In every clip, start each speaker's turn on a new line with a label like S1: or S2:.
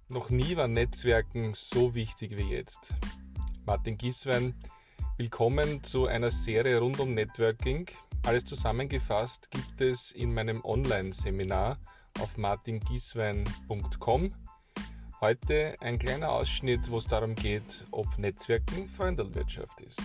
S1: Noch nie war Netzwerken so wichtig wie jetzt. Martin Gieswein, willkommen zu einer Serie rund um Networking. Alles zusammengefasst gibt es in meinem Online-Seminar auf martingieswein.com. Heute ein kleiner Ausschnitt, wo es darum geht, ob Netzwerken Freundelwirtschaft ist.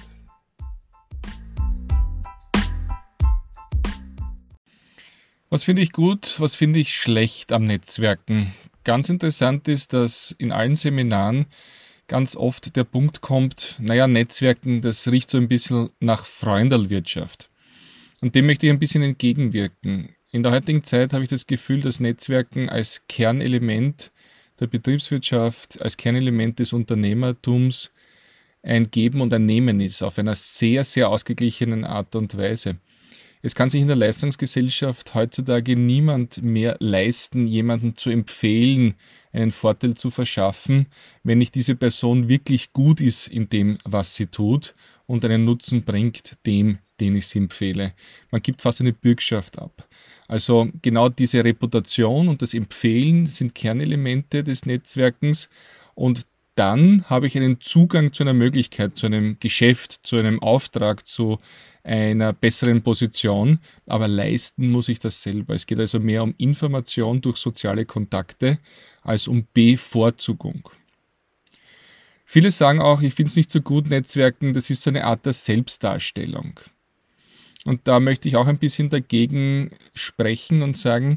S1: Was finde ich gut, was finde ich schlecht am Netzwerken? Ganz interessant ist, dass in allen Seminaren ganz oft der Punkt kommt, Netzwerken, das riecht so ein bisschen nach Freundelwirtschaft. Und dem möchte ich ein bisschen entgegenwirken. In der heutigen Zeit habe ich das Gefühl, dass Netzwerken als Kernelement der Betriebswirtschaft, als Kernelement des Unternehmertums ein Geben und ein Nehmen ist, auf einer sehr, sehr ausgeglichenen Art und Weise. Es kann sich in der Leistungsgesellschaft heutzutage niemand mehr leisten, jemanden zu empfehlen, einen Vorteil zu verschaffen, wenn nicht diese Person wirklich gut ist in dem, was sie tut und einen Nutzen bringt dem, den ich sie empfehle. Man gibt fast eine Bürgschaft ab. Also genau diese Reputation und das Empfehlen sind Kernelemente des Netzwerkens, und dann habe ich einen Zugang zu einer Möglichkeit, zu einem Geschäft, zu einem Auftrag, zu einer besseren Position, aber leisten muss ich das selber. Es geht also mehr um Information durch soziale Kontakte als um Bevorzugung. Viele sagen auch, ich finde es nicht so gut, Netzwerken, das ist so eine Art der Selbstdarstellung. Und da möchte ich auch ein bisschen dagegen sprechen und sagen,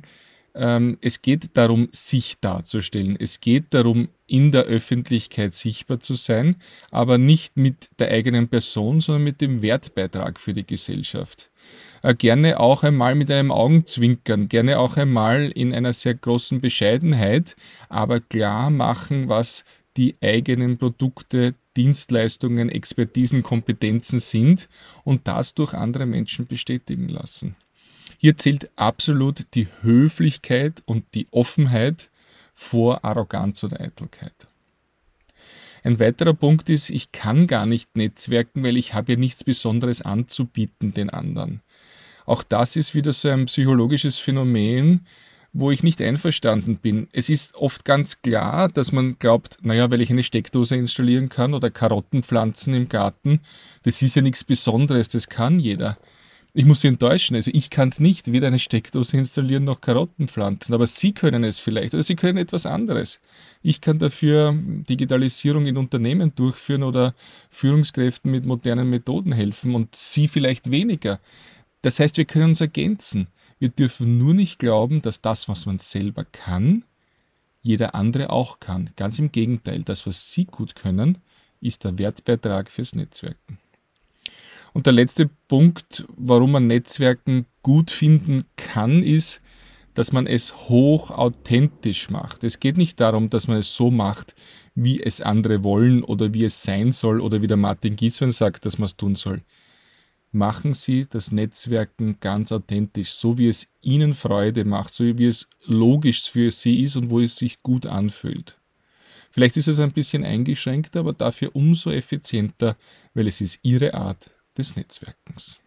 S1: es geht darum, sich darzustellen. Es geht darum, in der Öffentlichkeit sichtbar zu sein, aber nicht mit der eigenen Person, sondern mit dem Wertbeitrag für die Gesellschaft. Gerne auch einmal mit einem Augenzwinkern, gerne auch einmal in einer sehr großen Bescheidenheit, aber klar machen, was die eigenen Produkte, Dienstleistungen, Expertisen, Kompetenzen sind und das durch andere Menschen bestätigen lassen. Hier zählt absolut die Höflichkeit und die Offenheit vor Arroganz oder Eitelkeit. Ein weiterer Punkt ist, ich kann gar nicht netzwerken, weil ich habe ja nichts Besonderes anzubieten den anderen. Auch das ist wieder so ein psychologisches Phänomen, wo ich nicht einverstanden bin. Es ist oft ganz klar, dass man glaubt, weil ich eine Steckdose installieren kann oder Karotten pflanzen im Garten, das ist ja nichts Besonderes, das kann jeder. Ich muss Sie enttäuschen, also ich kann es nicht, weder eine Steckdose installieren noch Karotten pflanzen, aber Sie können es vielleicht oder Sie können etwas anderes. Ich kann dafür Digitalisierung in Unternehmen durchführen oder Führungskräften mit modernen Methoden helfen und Sie vielleicht weniger. Das heißt, wir können uns ergänzen. Wir dürfen nur nicht glauben, dass das, was man selber kann, jeder andere auch kann. Ganz im Gegenteil, das, was Sie gut können, ist der Wertbeitrag fürs Netzwerken. Und der letzte Punkt, warum man Netzwerken gut finden kann, ist, dass man es hoch authentisch macht. Es geht nicht darum, dass man es so macht, wie es andere wollen oder wie es sein soll oder wie der Martin Gieswein sagt, dass man es tun soll. Machen Sie das Netzwerken ganz authentisch, so wie es Ihnen Freude macht, so wie es logisch für Sie ist und wo es sich gut anfühlt. Vielleicht ist es ein bisschen eingeschränkt, aber dafür umso effizienter, weil es ist Ihre Art des Netzwerkens.